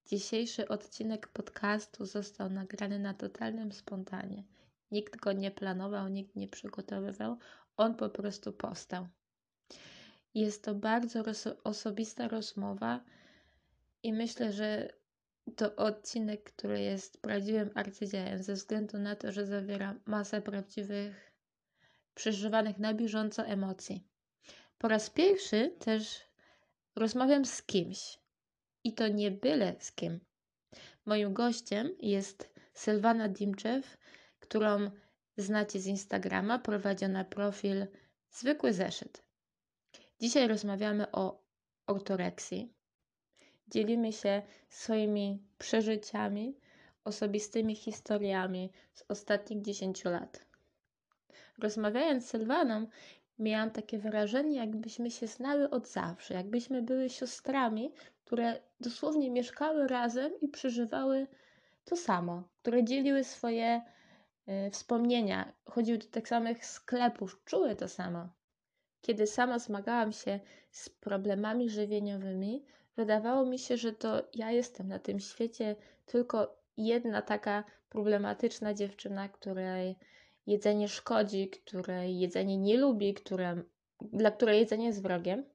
Dzisiejszy odcinek podcastu został nagrany na totalnym spontanie. Nikt go nie planował, nikt nie przygotowywał, on po prostu powstał. Jest to bardzo osobista rozmowa i myślę, że to odcinek, który jest prawdziwym arcydziełem ze względu na to, że zawiera masę prawdziwych, przeżywanych na bieżąco emocji. Po raz pierwszy też rozmawiam z kimś i to nie byle z kim. Moim gościem jest Sylwana Dimczew, którą znacie z Instagrama, prowadzi na profil Zwykły Zeszyt. Dzisiaj rozmawiamy o ortoreksji. Dzielimy się swoimi przeżyciami, osobistymi historiami z ostatnich 10 lat. Rozmawiając z Sylwaną, miałam takie wrażenie, jakbyśmy się znały od zawsze, jakbyśmy były siostrami, które dosłownie mieszkały razem i przeżywały to samo, które dzieliły swoje wspomnienia, chodziły do tych samych sklepów, czuły to samo. Kiedy sama zmagałam się z problemami żywieniowymi, wydawało mi się, że to ja jestem na tym świecie tylko jedna taka problematyczna dziewczyna, której jedzenie szkodzi, której jedzenie nie lubi, dla której jedzenie jest wrogiem.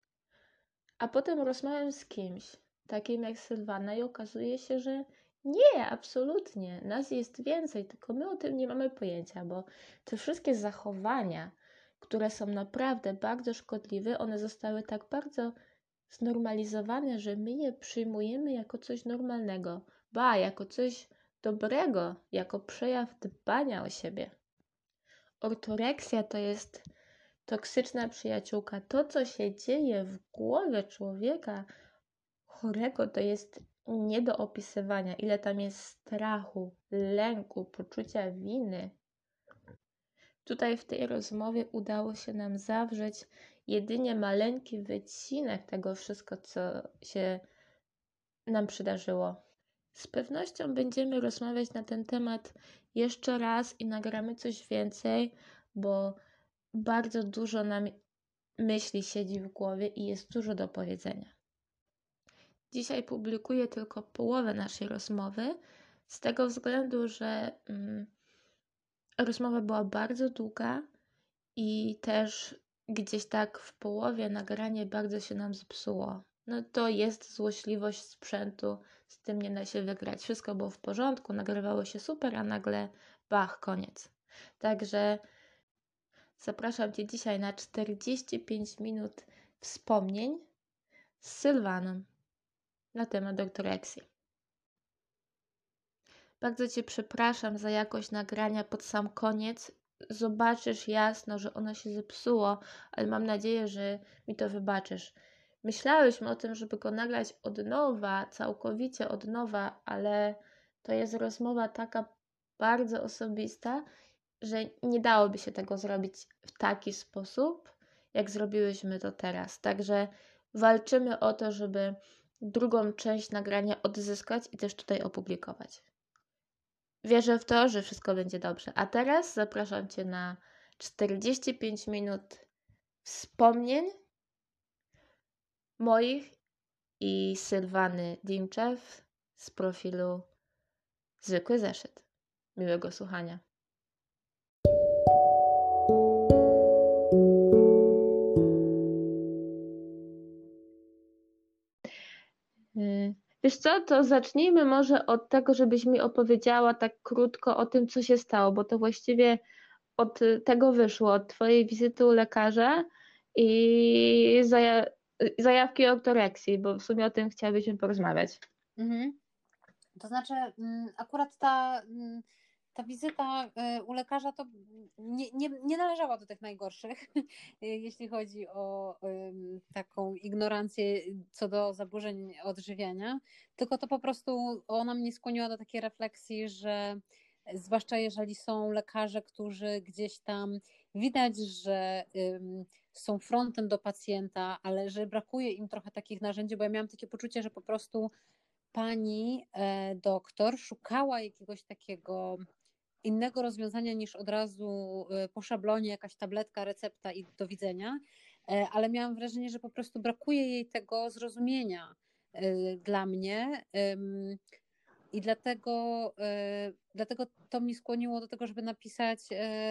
A potem rozmawiam z kimś, takim jak Sylwana, i okazuje się, że nie, absolutnie. Nas jest więcej, tylko my o tym nie mamy pojęcia, bo te wszystkie zachowania, które są naprawdę bardzo szkodliwe, one zostały tak bardzo znormalizowane, że my je przyjmujemy jako coś normalnego, jako coś dobrego, jako przejaw dbania o siebie. Ortoreksja to jest toksyczna przyjaciółka. To, co się dzieje w głowie człowieka chorego, to jest nie do opisywania. Ile tam jest strachu, lęku, poczucia winy. Tutaj w tej rozmowie udało się nam zawrzeć jedynie maleńki wycinek tego wszystko, co się nam przydarzyło. Z pewnością będziemy rozmawiać na ten temat jeszcze raz i nagramy coś więcej, bo bardzo dużo nam myśli siedzi w głowie i jest dużo do powiedzenia. Dzisiaj publikuję tylko połowę naszej rozmowy, z tego względu, że rozmowa była bardzo długa i też gdzieś tak w połowie nagranie bardzo się nam zepsuło. No to jest złośliwość sprzętu, z tym nie da się wygrać. Wszystko było w porządku, nagrywało się super, a nagle koniec. Także zapraszam Cię dzisiaj na 45 minut wspomnień z Sylwaną na temat ortoreksji. Bardzo Cię przepraszam za jakość nagrania pod sam koniec. Zobaczysz jasno, że ono się zepsuło, ale mam nadzieję, że mi to wybaczysz. Myślałyśmy o tym, żeby go nagrać od nowa, całkowicie od nowa, ale to jest rozmowa taka bardzo osobista, że nie dałoby się tego zrobić w taki sposób, jak zrobiłyśmy to teraz. Także walczymy o to, żeby drugą część nagrania odzyskać i też tutaj opublikować. Wierzę w to, że wszystko będzie dobrze. A teraz zapraszam Cię na 45 minut wspomnień moich i Sylwany Dimczew z profilu Zwykły Zeszyt. Miłego słuchania. Wiesz co, to zacznijmy może od tego, żebyś mi opowiedziała tak krótko o tym, co się stało, bo to właściwie od tego wyszło, od Twojej wizyty u lekarza i zajawki ortoreksji, bo w sumie o tym chciałabyśmy porozmawiać. To znaczy, akurat ta wizyta u lekarza to nie należała do tych najgorszych, jeśli chodzi o taką ignorancję co do zaburzeń odżywiania, tylko to po prostu ona mnie skłoniła do takiej refleksji, że zwłaszcza jeżeli są lekarze, którzy gdzieś tam widać, że są frontem do pacjenta, ale że brakuje im trochę takich narzędzi, bo ja miałam takie poczucie, że po prostu pani doktor szukała jakiegoś takiego innego rozwiązania niż od razu po szablonie jakaś tabletka, recepta i do widzenia, ale miałam wrażenie, że po prostu brakuje jej tego zrozumienia dla mnie. I dlatego to mnie skłoniło do tego, żeby napisać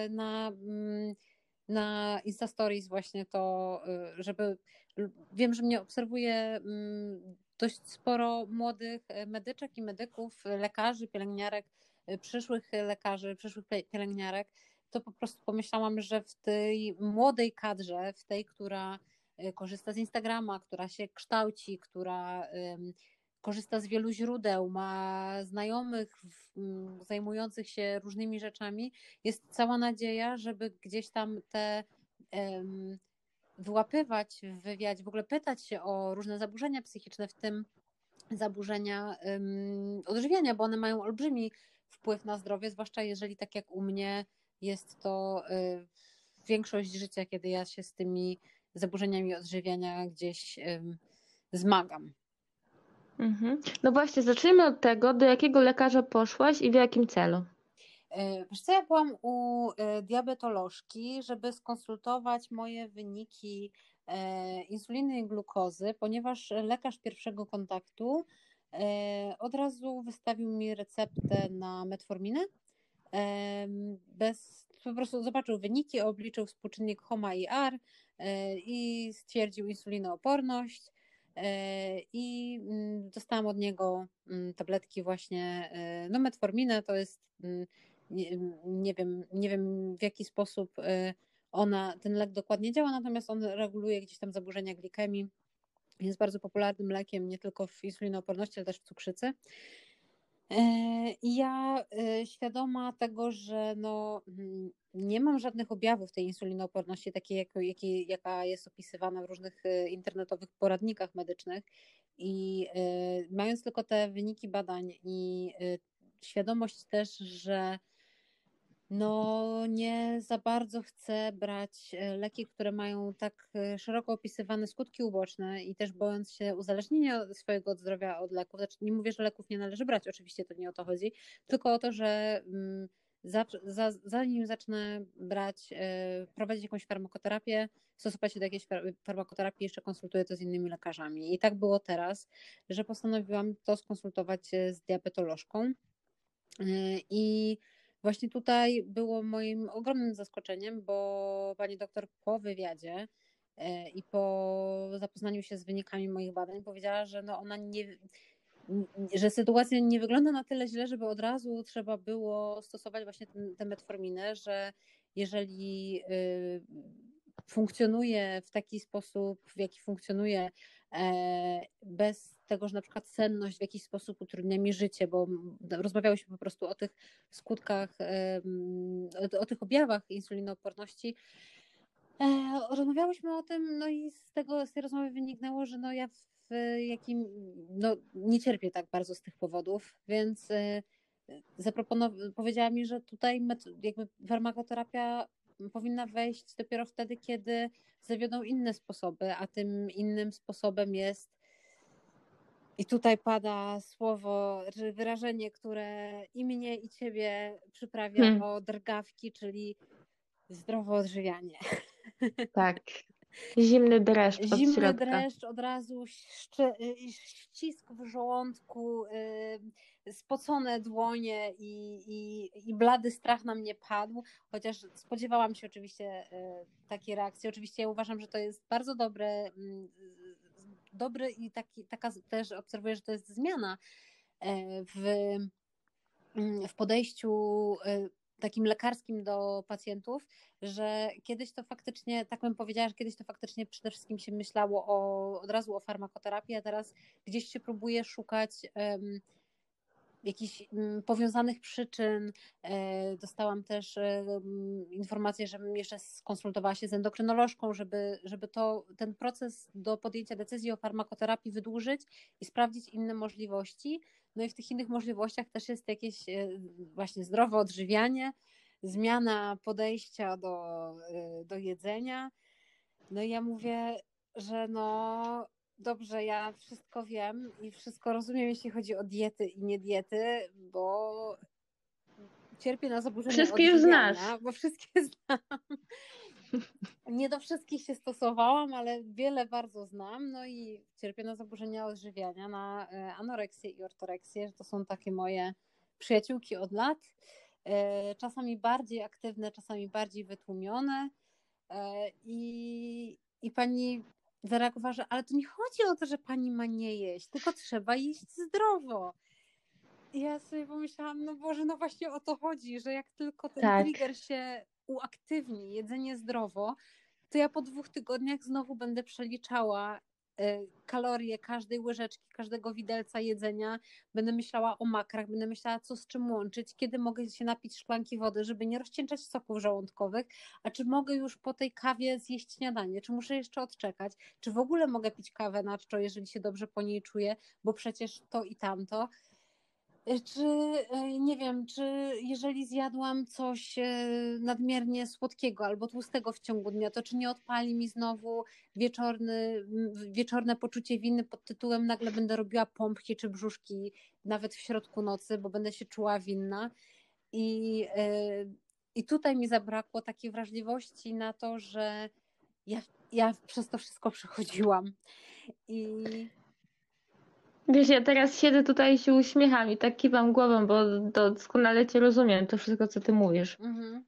na Insta Stories właśnie to, wiem, że mnie obserwuje dość sporo młodych medyczek i medyków, lekarzy, pielęgniarek, przyszłych lekarzy, przyszłych pielęgniarek. To po prostu pomyślałam, że w tej młodej kadrze, w tej, która korzysta z Instagrama, która się kształci, która korzysta z wielu źródeł, ma znajomych zajmujących się różnymi rzeczami, jest cała nadzieja, żeby gdzieś tam te wyłapywać w wywiadzie, w ogóle pytać się o różne zaburzenia psychiczne, w tym zaburzenia odżywiania, bo one mają olbrzymi wpływ na zdrowie, zwłaszcza jeżeli tak jak u mnie jest to większość życia, kiedy ja się z tymi zaburzeniami odżywiania gdzieś zmagam. No właśnie, zacznijmy od tego, do jakiego lekarza poszłaś i w jakim celu? Wiesz co, ja byłam u diabetolożki, żeby skonsultować moje wyniki insuliny i glukozy, ponieważ lekarz pierwszego kontaktu od razu wystawił mi receptę na metforminę. Po prostu zobaczył wyniki, obliczył współczynnik HOMA-IR i stwierdził insulinooporność. I dostałam od niego tabletki właśnie, no metforminę to jest, nie wiem w jaki sposób ten lek dokładnie działa, natomiast on reguluje gdzieś tam zaburzenia glikemii, jest bardzo popularnym lekiem nie tylko w insulinooporności, ale też w cukrzycy. I ja świadoma tego, że no, nie mam żadnych objawów tej insulinooporności, takiej jaka jest opisywana w różnych internetowych poradnikach medycznych i mając tylko te wyniki badań i świadomość też, że no nie za bardzo chcę brać leki, które mają tak szeroko opisywane skutki uboczne i też bojąc się uzależnienia swojego zdrowia od leków. Znaczy nie mówię, że leków nie należy brać, oczywiście to nie o to chodzi, tylko o to, że zanim zacznę prowadzić jakąś farmakoterapię, stosować się do jakiejś farmakoterapii, jeszcze konsultuję to z innymi lekarzami. I tak było teraz, że postanowiłam to skonsultować z diabetolożką i właśnie tutaj było moim ogromnym zaskoczeniem, bo pani doktor po wywiadzie i po zapoznaniu się z wynikami moich badań powiedziała, że no ona że sytuacja nie wygląda na tyle źle, żeby od razu trzeba było stosować właśnie tę metforminę, że jeżeli funkcjonuje w taki sposób, w jaki funkcjonuje, bez tego, że na przykład senność w jakiś sposób utrudnia mi życie, bo rozmawiałyśmy po prostu o tych skutkach, o tych objawach insulinooporności. Rozmawiałyśmy o tym, no i z tej rozmowy wyniknęło, że no ja nie cierpię tak bardzo z tych powodów, więc powiedziała mi, że tutaj jakby farmakoterapia powinna wejść dopiero wtedy, kiedy zawiodą inne sposoby, a tym innym sposobem jest, i tutaj pada słowo, czy wyrażenie, które i mnie, i ciebie przyprawia o drgawki, czyli zdrowe odżywianie. Tak. Zimny dreszcz od Zimny środka. dreszcz, od razu ścisk w żołądku, spocone dłonie i blady strach na mnie padł, chociaż spodziewałam się oczywiście takiej reakcji. Oczywiście ja uważam, że to jest bardzo dobry i taka też obserwuję, że to jest zmiana w podejściu takim lekarskim do pacjentów, że kiedyś to faktycznie, tak bym powiedziała, że kiedyś to faktycznie przede wszystkim się myślało od razu o farmakoterapii, a teraz gdzieś się próbuje szukać jakichś powiązanych przyczyn. Dostałam też informację, żebym jeszcze skonsultowała się z endokrynolożką, żeby ten proces do podjęcia decyzji o farmakoterapii wydłużyć i sprawdzić inne możliwości. No i w tych innych możliwościach też jest jakieś właśnie zdrowe odżywianie, zmiana podejścia do jedzenia. No i ja mówię, że no dobrze, ja wszystko wiem i wszystko rozumiem, jeśli chodzi o diety i nie diety, bo cierpię na zaburzenia Wszystkie już odżywiania, znasz. bo wszystkie znam. Nie do wszystkich się stosowałam, ale wiele bardzo znam. No i cierpię na zaburzenia odżywiania, na anoreksję i ortoreksję, że to są takie moje przyjaciółki od lat. Czasami bardziej aktywne, czasami bardziej wytłumione. I pani zareagowała, że ale to nie chodzi o to, że pani ma nie jeść, tylko trzeba jeść zdrowo. I ja sobie pomyślałam, no Boże, no właśnie o to chodzi, że jak tylko ten Tak. trigger się uaktywni, jedzenie zdrowo, to ja po 2 tygodniach znowu będę przeliczała kalorie każdej łyżeczki, każdego widelca jedzenia, będę myślała o makrach, będę myślała, co z czym łączyć, kiedy mogę się napić szklanki wody, żeby nie rozcieńczać soków żołądkowych, a czy mogę już po tej kawie zjeść śniadanie, czy muszę jeszcze odczekać, czy w ogóle mogę pić kawę na czczo, jeżeli się dobrze po niej czuję, bo przecież to i tamto. Czy nie wiem, czy jeżeli zjadłam coś nadmiernie słodkiego albo tłustego w ciągu dnia, to czy nie odpali mi znowu wieczorne poczucie winy pod tytułem nagle będę robiła pompki czy brzuszki nawet w środku nocy, bo będę się czuła winna. I, i tutaj mi zabrakło takiej wrażliwości na to, że ja przez to wszystko przechodziłam. I Wiesz, ja teraz siedzę tutaj i się uśmiecham i tak kiwam głową, bo doskonale cię rozumiem, to wszystko, co ty mówisz. mhm,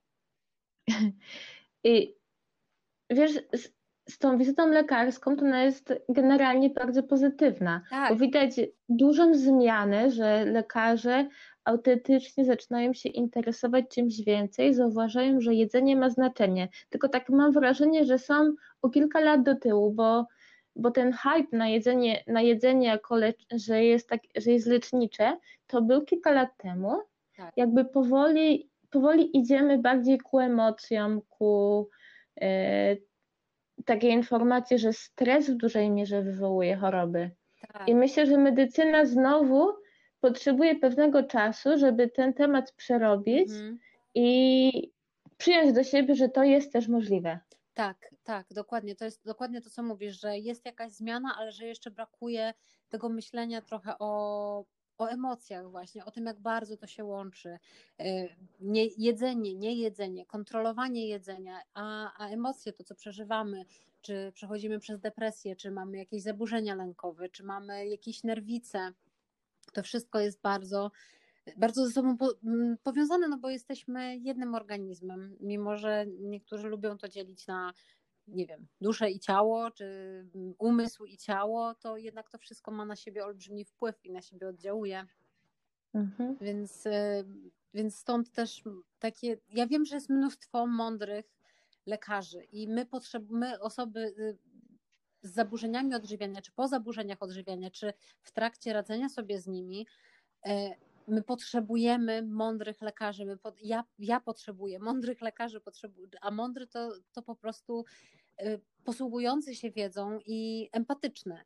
I wiesz, z tą wizytą lekarską to ona jest generalnie bardzo pozytywna, bo tak. widać dużą zmianę, że lekarze autentycznie zaczynają się interesować czymś więcej, zauważają, że jedzenie ma znaczenie. Tylko tak mam wrażenie, że są o kilka lat do tyłu, bo ten hype na jedzenie jako że jest lecznicze, to był kilka lat temu. Tak. Jakby powoli idziemy bardziej ku emocjom, ku e, takie informacje, że stres w dużej mierze wywołuje choroby. I Tak. myślę, że medycyna znowu potrzebuje pewnego czasu, żeby ten temat przerobić Mhm. i przyjąć do siebie, że to jest też możliwe. Tak, tak, dokładnie. To jest dokładnie to, co mówisz, że jest jakaś zmiana, ale że jeszcze brakuje tego myślenia trochę o emocjach właśnie, o tym, jak bardzo to się łączy. Jedzenie, niejedzenie, kontrolowanie jedzenia, a emocje, to co przeżywamy, czy przechodzimy przez depresję, czy mamy jakieś zaburzenia lękowe, czy mamy jakieś nerwice, to wszystko jest bardzo bardzo ze sobą powiązane, no bo jesteśmy jednym organizmem, mimo że niektórzy lubią to dzielić na, nie wiem, duszę i ciało, czy umysł i ciało, to jednak to wszystko ma na siebie olbrzymi wpływ i na siebie oddziałuje. Mhm. Więc stąd też takie, ja wiem, że jest mnóstwo mądrych lekarzy i my osoby z zaburzeniami odżywiania, czy po zaburzeniach odżywiania, czy w trakcie radzenia sobie z nimi, my potrzebujemy mądrych lekarzy. Ja potrzebuję mądrych lekarzy, a mądry to po prostu posługujący się wiedzą i empatyczny.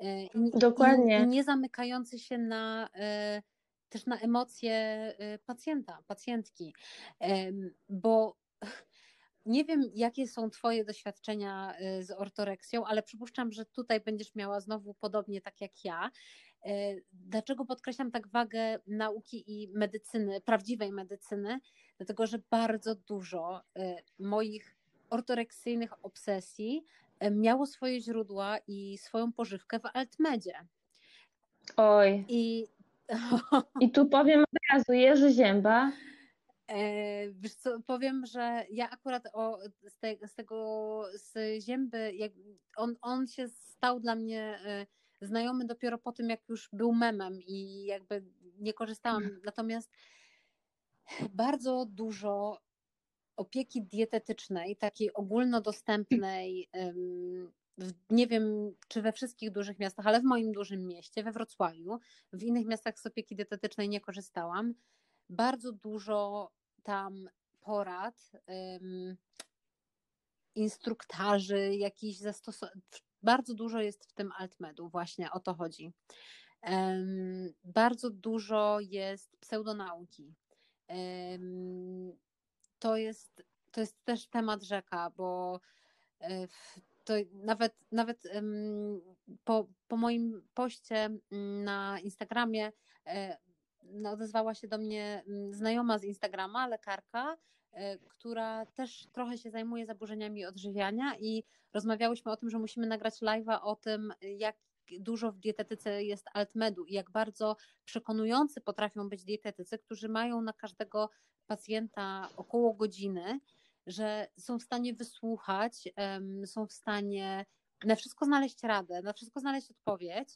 I Dokładnie. nie zamykający się też na emocje pacjenta, pacjentki. Bo nie wiem, jakie są Twoje doświadczenia z ortoreksją, ale przypuszczam, że tutaj będziesz miała znowu podobnie tak jak ja. Dlaczego podkreślam tak wagę nauki i medycyny, prawdziwej medycyny? Dlatego, że bardzo dużo moich ortoreksyjnych obsesji miało swoje źródła i swoją pożywkę w Altmedzie. Oj. I I tu powiem od razu, Jerzy Zięba. Wiesz co, powiem, że ja akurat z Zięby, on się stał dla mnie znajomy dopiero po tym, jak już był memem i jakby nie korzystałam. Natomiast bardzo dużo opieki dietetycznej, takiej ogólnodostępnej, nie wiem czy we wszystkich dużych miastach, ale w moim dużym mieście, we Wrocławiu, w innych miastach z opieki dietetycznej nie korzystałam. Bardzo dużo tam porad, instruktarzy, jakichś bardzo dużo jest w tym Altmedu, właśnie o to chodzi. Bardzo dużo jest pseudonauki. To jest też temat rzeka, bo to nawet po moim poście na Instagramie odezwała się do mnie znajoma z Instagrama, lekarka, która też trochę się zajmuje zaburzeniami odżywiania i rozmawiałyśmy o tym, że musimy nagrać live'a o tym, jak dużo w dietetyce jest altmedu i jak bardzo przekonujący potrafią być dietetycy, którzy mają na każdego pacjenta około godziny, że są w stanie wysłuchać, są w stanie na wszystko znaleźć radę, na wszystko znaleźć odpowiedź.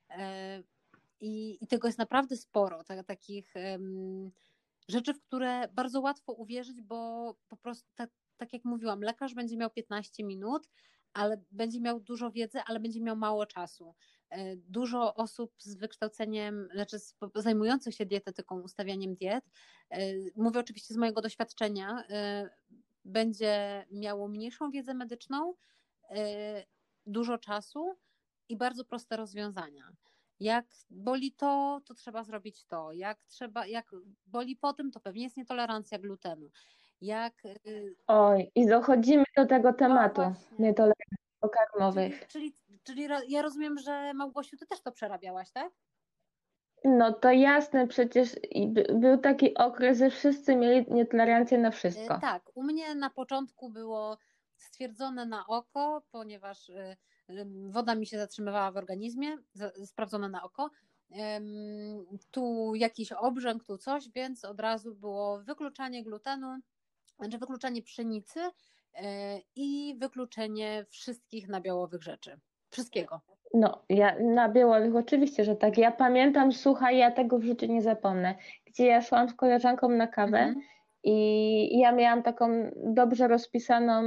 I tego jest naprawdę sporo, takich rzeczy, w które bardzo łatwo uwierzyć, bo po prostu tak jak mówiłam, lekarz będzie miał 15 minut, ale będzie miał dużo wiedzy, ale będzie miał mało czasu. Dużo osób z wykształceniem, znaczy zajmujących się dietetyką, ustawianiem diet, mówię oczywiście z mojego doświadczenia, będzie miało mniejszą wiedzę medyczną, dużo czasu i bardzo proste rozwiązania. Jak boli to trzeba zrobić to. Jak boli po tym, to pewnie jest nietolerancja glutenu. Oj, i dochodzimy do tego tematu nietolerancji pokarmowych. Czyli ja rozumiem, że Małgosiu, ty też to przerabiałaś, tak? No to jasne, przecież był taki okres, że wszyscy mieli nietolerancję na wszystko. Tak, u mnie na początku było stwierdzone na oko, ponieważ woda mi się zatrzymywała w organizmie, sprawdzone na oko. Tu jakiś obrzęk, tu coś, więc od razu było wykluczanie glutenu, znaczy wykluczanie pszenicy i wykluczenie wszystkich nabiałowych rzeczy. Wszystkiego. No, ja na białowych oczywiście, że tak. Ja pamiętam, słuchaj, ja tego w życiu nie zapomnę, gdzie ja szłam z koleżanką na kawę i ja miałam taką dobrze rozpisaną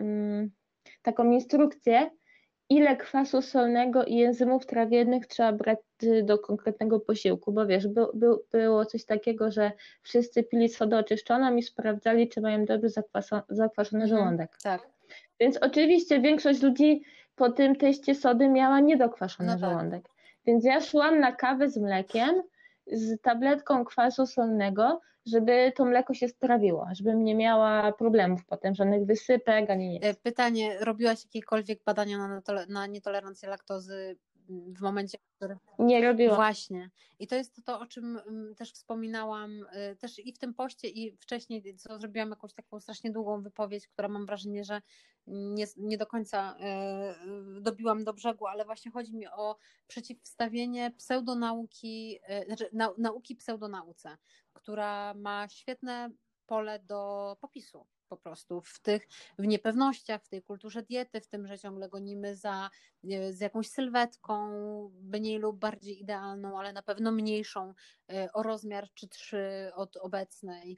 taką instrukcję, ile kwasu solnego i enzymów trawiennych trzeba brać do konkretnego posiłku, bo wiesz, było coś takiego, że wszyscy pili sodę oczyszczoną i sprawdzali, czy mają dobrze zakwaszony żołądek. Tak. Więc oczywiście większość ludzi po tym teście sody miała niedokwaszony żołądek. Więc ja szłam na kawę z mlekiem, z tabletką kwasu solnego, żeby to mleko się strawiło, żebym nie miała problemów potem, żadnych wysypek, ani nic. Pytanie, robiłaś jakiekolwiek badania na nietolerancję laktozy w momencie, w którym... Nie robiłam. Właśnie. I to jest to, o czym też wspominałam, też i w tym poście, i wcześniej, co zrobiłam jakąś taką strasznie długą wypowiedź, która mam wrażenie, że nie do końca dobiłam do brzegu, ale właśnie chodzi mi o przeciwstawienie pseudonauki, znaczy nauki pseudonauce, która ma świetne pole do popisu. Po prostu w niepewnościach, w tej kulturze diety, w tym, że ciągle gonimy z jakąś sylwetką, mniej lub bardziej idealną, ale na pewno mniejszą o rozmiar czy 3 od obecnej.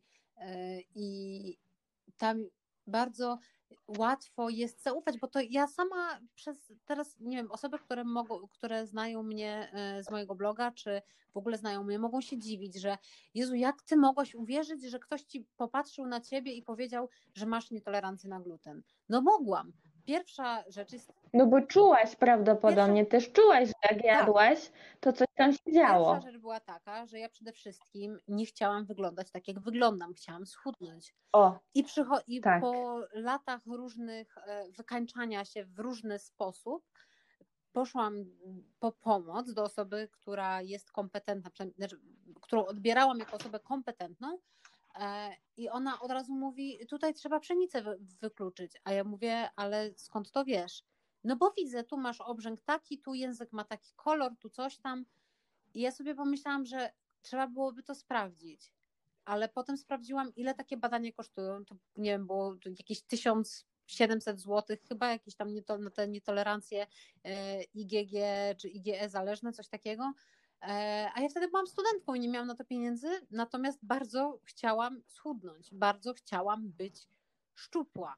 I tam bardzo łatwo jest zaufać, bo to ja sama teraz, nie wiem, osoby, które znają mnie z mojego bloga, czy w ogóle znają mnie, mogą się dziwić, że Jezu, jak ty mogłaś uwierzyć, że ktoś ci popatrzył na ciebie i powiedział, że masz nietolerancję na gluten? No mogłam. Pierwsza rzecz jest... No bo czułaś prawdopodobnie, też czułaś, że jak jadłaś, to coś tam się działo. Pierwsza rzecz była taka, że ja przede wszystkim nie chciałam wyglądać tak, jak wyglądam. Chciałam schudnąć. I tak. Po latach różnych wykańczania się w różny sposób poszłam po pomoc do osoby, która jest kompetentna, znaczy, którą odbierałam jako osobę kompetentną, i ona od razu mówi, tutaj trzeba pszenicę wykluczyć. A ja mówię, ale skąd to wiesz? No bo widzę, tu masz obrzęk taki, tu język ma taki kolor, tu coś tam. I ja sobie pomyślałam, że trzeba byłoby to sprawdzić. Ale potem sprawdziłam, ile takie badania kosztują. To nie wiem, było jakieś 1700 zł, chyba jakieś tam na te nietolerancje IgG czy IgE zależne, coś takiego. A ja wtedy byłam studentką i nie miałam na to pieniędzy, natomiast bardzo chciałam schudnąć, bardzo chciałam być szczupła.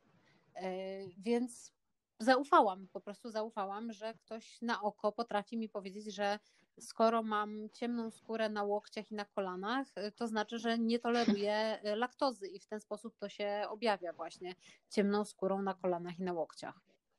Więc po prostu zaufałam, że ktoś na oko potrafi mi powiedzieć, że skoro mam ciemną skórę na łokciach i na kolanach, to znaczy, że nie toleruję laktozy i w ten sposób to się objawia właśnie ciemną skórą na kolanach i na łokciach.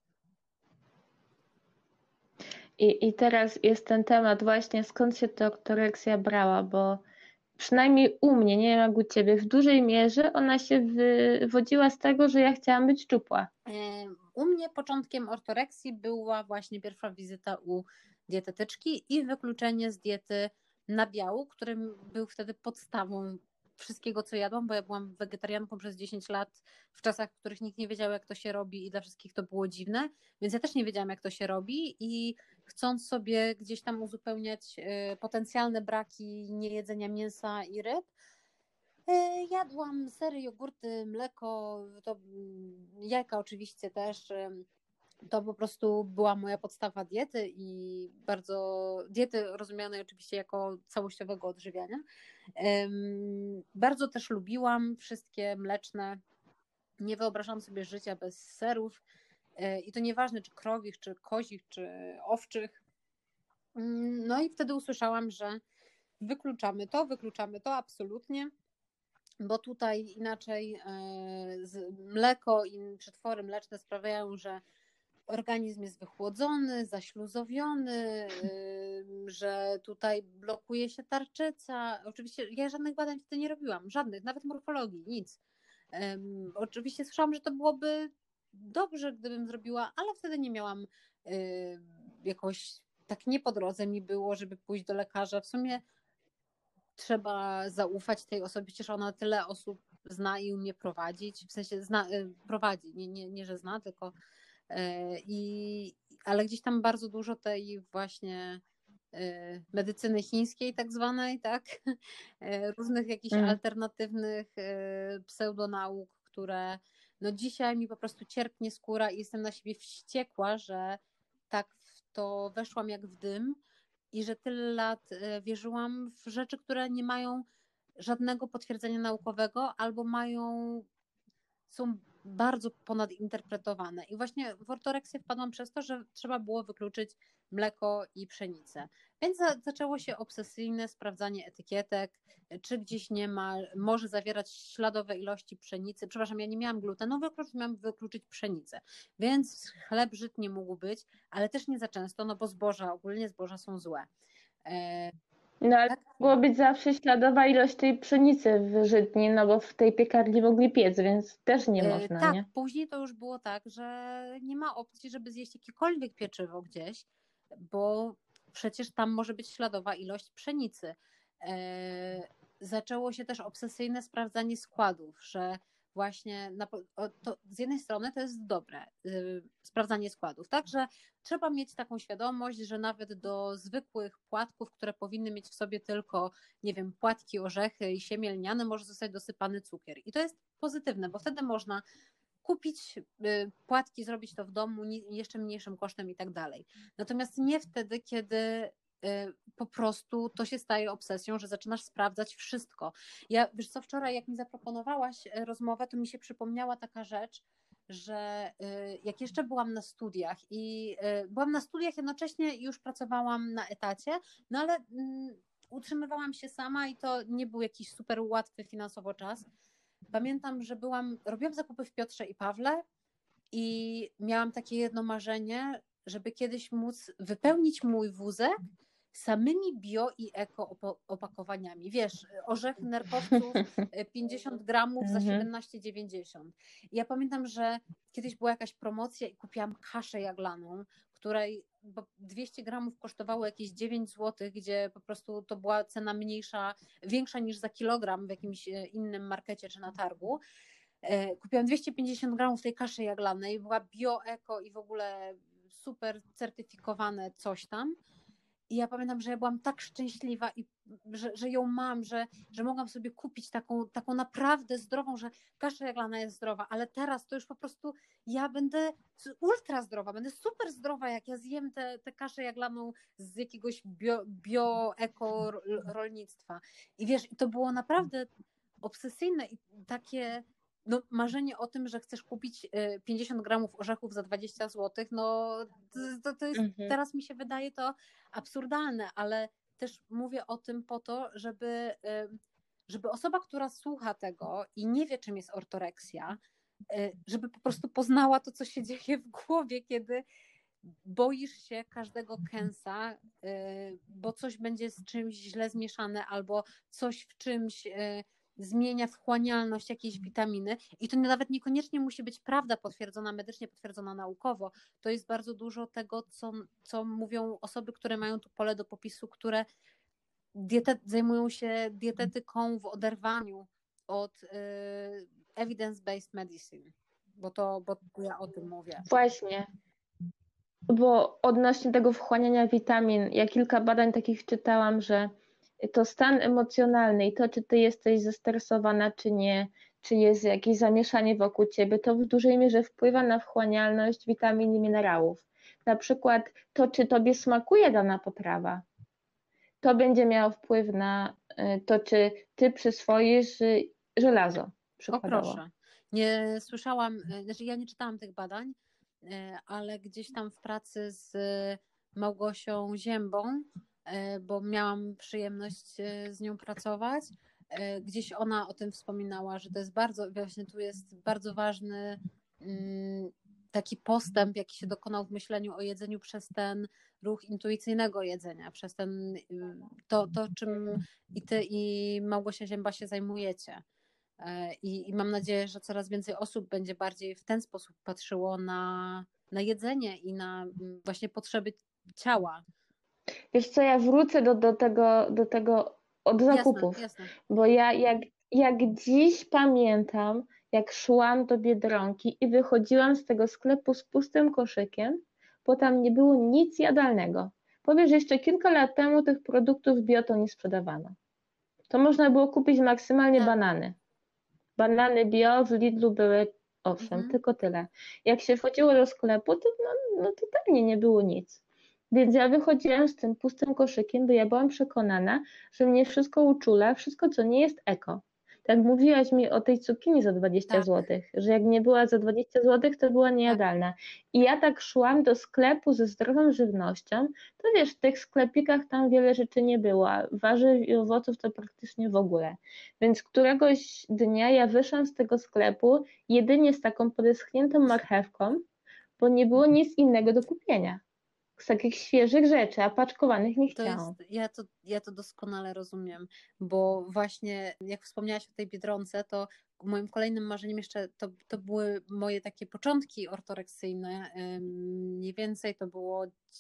I teraz jest ten temat właśnie, skąd się ta ortoreksja brała, bo przynajmniej u mnie, nie wiem jak u ciebie, w dużej mierze ona się wywodziła z tego, że ja chciałam być szczupła. U mnie początkiem ortoreksji była właśnie pierwsza wizyta u dietetyczki i wykluczenie z diety nabiału, który był wtedy podstawą wszystkiego, co jadłam, bo ja byłam wegetarianką przez 10 lat w czasach, w których nikt nie wiedział, jak to się robi i dla wszystkich to było dziwne, więc ja też nie wiedziałam, jak to się robi i chcąc sobie gdzieś tam uzupełniać potencjalne braki niejedzenia mięsa i ryb, jadłam sery, jogurty, mleko, to jajka oczywiście też. To po prostu była moja podstawa diety i bardzo diety rozumianej oczywiście jako całościowego odżywiania. Bardzo też lubiłam wszystkie mleczne. Nie wyobrażam sobie życia bez serów. I to nieważne, czy krowich, czy kozich, czy owczych. No i wtedy usłyszałam, że wykluczamy to absolutnie, bo tutaj inaczej mleko i przetwory mleczne sprawiają, że organizm jest wychłodzony, zaśluzowiony, że tutaj blokuje się tarczyca. Oczywiście ja żadnych badań wtedy nie robiłam, żadnych, nawet morfologii, nic. Oczywiście słyszałam, że to byłoby dobrze, gdybym zrobiła, ale wtedy nie miałam jakoś, tak nie po drodze mi było, żeby pójść do lekarza. W sumie trzeba zaufać tej osobie, przecież ona tyle osób zna i umie prowadzić, w sensie prowadzi, nie, że zna, tylko ale gdzieś tam bardzo dużo tej właśnie medycyny chińskiej tak zwanej, tak? Różnych jakichś alternatywnych pseudonauk, które no dzisiaj mi po prostu cierpnie skóra i jestem na siebie wściekła, że tak w to weszłam jak w dym i że tyle lat wierzyłam w rzeczy, które nie mają żadnego potwierdzenia naukowego albo są bardzo ponadinterpretowane. I właśnie w ortoreksję wpadłam przez to, że trzeba było wykluczyć mleko i pszenicę. Więc zaczęło się obsesyjne sprawdzanie etykietek, czy gdzieś nie ma, może zawierać śladowe ilości pszenicy. Przepraszam, ja nie miałam glutenu, miałam wykluczyć pszenicę. Więc chleb żytni mógł być, ale też nie za często, no bo ogólnie zboża są złe. No ale mogło być zawsze śladowa ilość tej pszenicy w żytni, no bo w tej piekarni mogli piec, więc też nie można, tak, nie? później to już było tak, że nie ma opcji, żeby zjeść jakiekolwiek pieczywo gdzieś, bo przecież tam może być śladowa ilość pszenicy. Zaczęło się też obsesyjne sprawdzanie składów, że właśnie to z jednej strony to jest dobre, sprawdzanie składów, tak, że trzeba mieć taką świadomość, że nawet do zwykłych płatków, które powinny mieć w sobie tylko, nie wiem, płatki, orzechy i siemię lniane, może zostać dosypany cukier. I to jest pozytywne, bo wtedy można kupić płatki, zrobić to w domu jeszcze mniejszym kosztem i tak dalej. Natomiast nie wtedy, kiedy po prostu to się staje obsesją, że zaczynasz sprawdzać wszystko. Wiesz co, wczoraj jak mi zaproponowałaś rozmowę, to mi się przypomniała taka rzecz, że jak jeszcze byłam na studiach i byłam na studiach jednocześnie już pracowałam na etacie, no ale utrzymywałam się sama i to nie był jakiś super łatwy finansowo czas. Pamiętam, że robiłam zakupy w Piotrze i Pawle i miałam takie jedno marzenie, żeby kiedyś móc wypełnić mój wózek samymi bio i eko opakowaniami. Wiesz, orzech nerkowców 50 gramów za 17,90. I ja pamiętam, że kiedyś była jakaś promocja i kupiłam kaszę jaglaną, której 200 gramów kosztowało jakieś 9 zł, gdzie po prostu to była cena większa niż za kilogram w jakimś innym markecie czy na targu. Kupiłam 250 gramów tej kaszy jaglanej, była bio, eko i w ogóle super certyfikowane coś tam. I ja pamiętam, że ja byłam tak szczęśliwa, że ją mam, że mogłam sobie kupić taką naprawdę zdrową, że kasza jaglana jest zdrowa, ale teraz to już po prostu ja będę ultra zdrowa, będę super zdrowa, jak ja zjem tę kaszę jaglaną z jakiegoś bio-eko rolnictwa. I wiesz, to było naprawdę obsesyjne i takie marzenie o tym, że chcesz kupić 50 gramów orzechów za 20 zł, no to jest, teraz mi się wydaje to absurdalne, ale też mówię o tym po to, żeby osoba, która słucha tego i nie wie, czym jest ortoreksja, żeby po prostu poznała to, co się dzieje w głowie, kiedy boisz się każdego kęsa, bo coś będzie z czymś źle zmieszane albo coś w czymś zmienia wchłanialność jakiejś witaminy i to nawet niekoniecznie musi być prawda potwierdzona medycznie, potwierdzona naukowo. To jest bardzo dużo tego, co mówią osoby, które mają tu pole do popisu, które zajmują się dietetyką w oderwaniu od evidence-based medicine, bo ja o tym mówię. Właśnie, bo odnośnie tego wchłaniania witamin, ja kilka badań takich czytałam, że to stan emocjonalny i to, czy ty jesteś zestresowana, czy nie, czy jest jakieś zamieszanie wokół ciebie, to w dużej mierze wpływa na wchłanialność witamin i minerałów. Na przykład to, czy tobie smakuje dana potrawa, to będzie miało wpływ na to, czy ty przyswoisz żelazo, O przykładowo. proszę, nie słyszałam, znaczy ja nie czytałam tych badań, ale gdzieś tam w pracy z Małgosią Ziębą, bo miałam przyjemność z nią pracować, gdzieś ona o tym wspominała, że to jest właśnie tu jest bardzo ważny taki postęp, jaki się dokonał w myśleniu o jedzeniu przez ten ruch intuicyjnego jedzenia, przez to czym i ty i Małgosia Zięba się zajmujecie. I mam nadzieję, że coraz więcej osób będzie bardziej w ten sposób patrzyło na jedzenie i na właśnie potrzeby ciała. Wiesz co, ja wrócę do tego od zakupów, Jasne. bo ja jak dziś pamiętam, jak szłam do Biedronki i wychodziłam z tego sklepu z pustym koszykiem, bo tam nie było nic jadalnego. Powiesz, że jeszcze kilka lat temu tych produktów bio to nie sprzedawano. To można było kupić maksymalnie Tak. banany. Banany bio w Lidlu były, owszem, tylko tyle. Jak się wchodziło do sklepu, to totalnie nie było nic. Więc ja wychodziłam z tym pustym koszykiem, bo ja byłam przekonana, że mnie wszystko uczula, wszystko co nie jest eko. Tak mówiłaś mi o tej cukinii za 20 zł, że jak nie była za 20 zł, to była niejadalna. I ja tak szłam do sklepu ze zdrową żywnością, to wiesz, w tych sklepikach tam wiele rzeczy nie było, warzyw i owoców to praktycznie w ogóle. Więc któregoś dnia ja wyszłam z tego sklepu jedynie z taką podeschniętą marchewką, bo nie było nic innego do kupienia. Z takich świeżych rzeczy, a paczkowanych nie chciałam. Ja to doskonale rozumiem, bo właśnie jak wspomniałaś o tej Biedronce, to moim kolejnym marzeniem jeszcze to były moje takie początki ortoreksyjne. Mniej więcej to było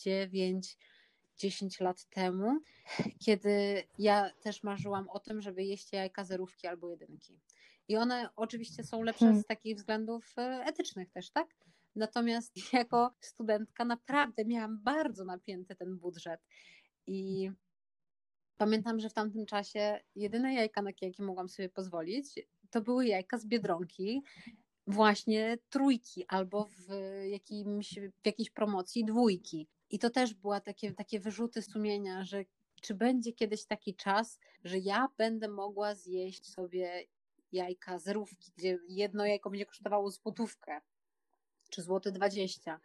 9-10 lat temu, kiedy ja też marzyłam o tym, żeby jeść jajka zerówki albo jedynki. I one oczywiście są lepsze z takich względów etycznych też, tak? Natomiast jako studentka naprawdę miałam bardzo napięty ten budżet i pamiętam, że w tamtym czasie jedyne jajka, na jakie mogłam sobie pozwolić, to były jajka z Biedronki, właśnie trójki albo w jakiejś promocji dwójki. I to też były takie wyrzuty sumienia, że czy będzie kiedyś taki czas, że ja będę mogła zjeść sobie jajka zerówki, gdzie jedno jajko będzie kosztowało złotówkę czy złoty 20.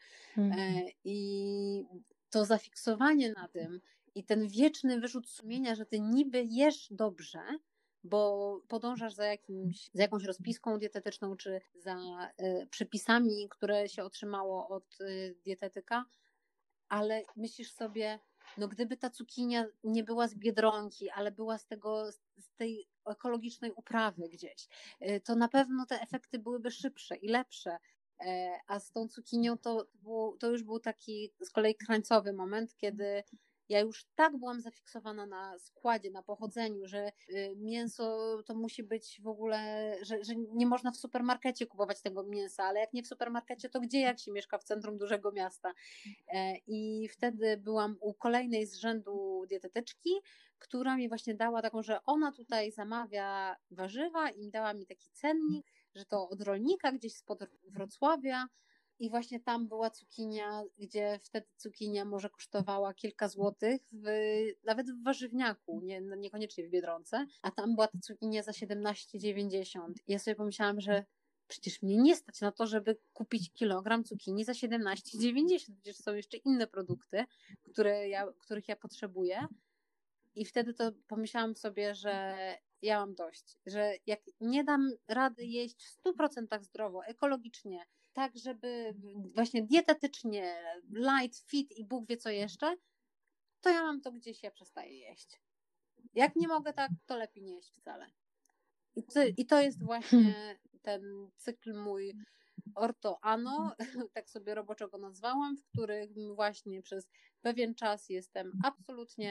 I to zafiksowanie na tym i ten wieczny wyrzut sumienia, że ty niby jesz dobrze, bo podążasz za jakąś rozpiską dietetyczną, czy za przepisami, które się otrzymało od dietetyka, ale myślisz sobie, no gdyby ta cukinia nie była z Biedronki, ale była z tej ekologicznej uprawy gdzieś, to na pewno te efekty byłyby szybsze i lepsze. A z tą cukinią to już był taki z kolei krańcowy moment, kiedy ja już tak byłam zafiksowana na składzie, na pochodzeniu, że mięso to musi być w ogóle, że nie można w supermarkecie kupować tego mięsa, ale jak nie w supermarkecie, to gdzie, jak się mieszka w centrum dużego miasta. I wtedy byłam u kolejnej z rzędu dietetyczki, która mi właśnie dała taką, że ona tutaj zamawia warzywa i dała mi taki cennik, że to od rolnika gdzieś spod Wrocławia i właśnie tam była cukinia, gdzie wtedy cukinia może kosztowała kilka złotych, nawet w warzywniaku, niekoniecznie w Biedronce, a tam była ta cukinia za 17,90. I ja sobie pomyślałam, że przecież mnie nie stać na to, żeby kupić kilogram cukinii za 17,90. Przecież są jeszcze inne produkty, których ja potrzebuję. I wtedy to pomyślałam sobie, że ja mam dość, że jak nie dam rady jeść w 100% zdrowo, ekologicznie, tak żeby właśnie dietetycznie, light, fit i Bóg wie co jeszcze, to ja mam to gdzieś, ja przestaję jeść. Jak nie mogę tak, to lepiej nie jeść wcale. I to jest właśnie ten cykl mój orto-ano, tak sobie roboczo go nazwałam, w którym właśnie przez pewien czas jestem absolutnie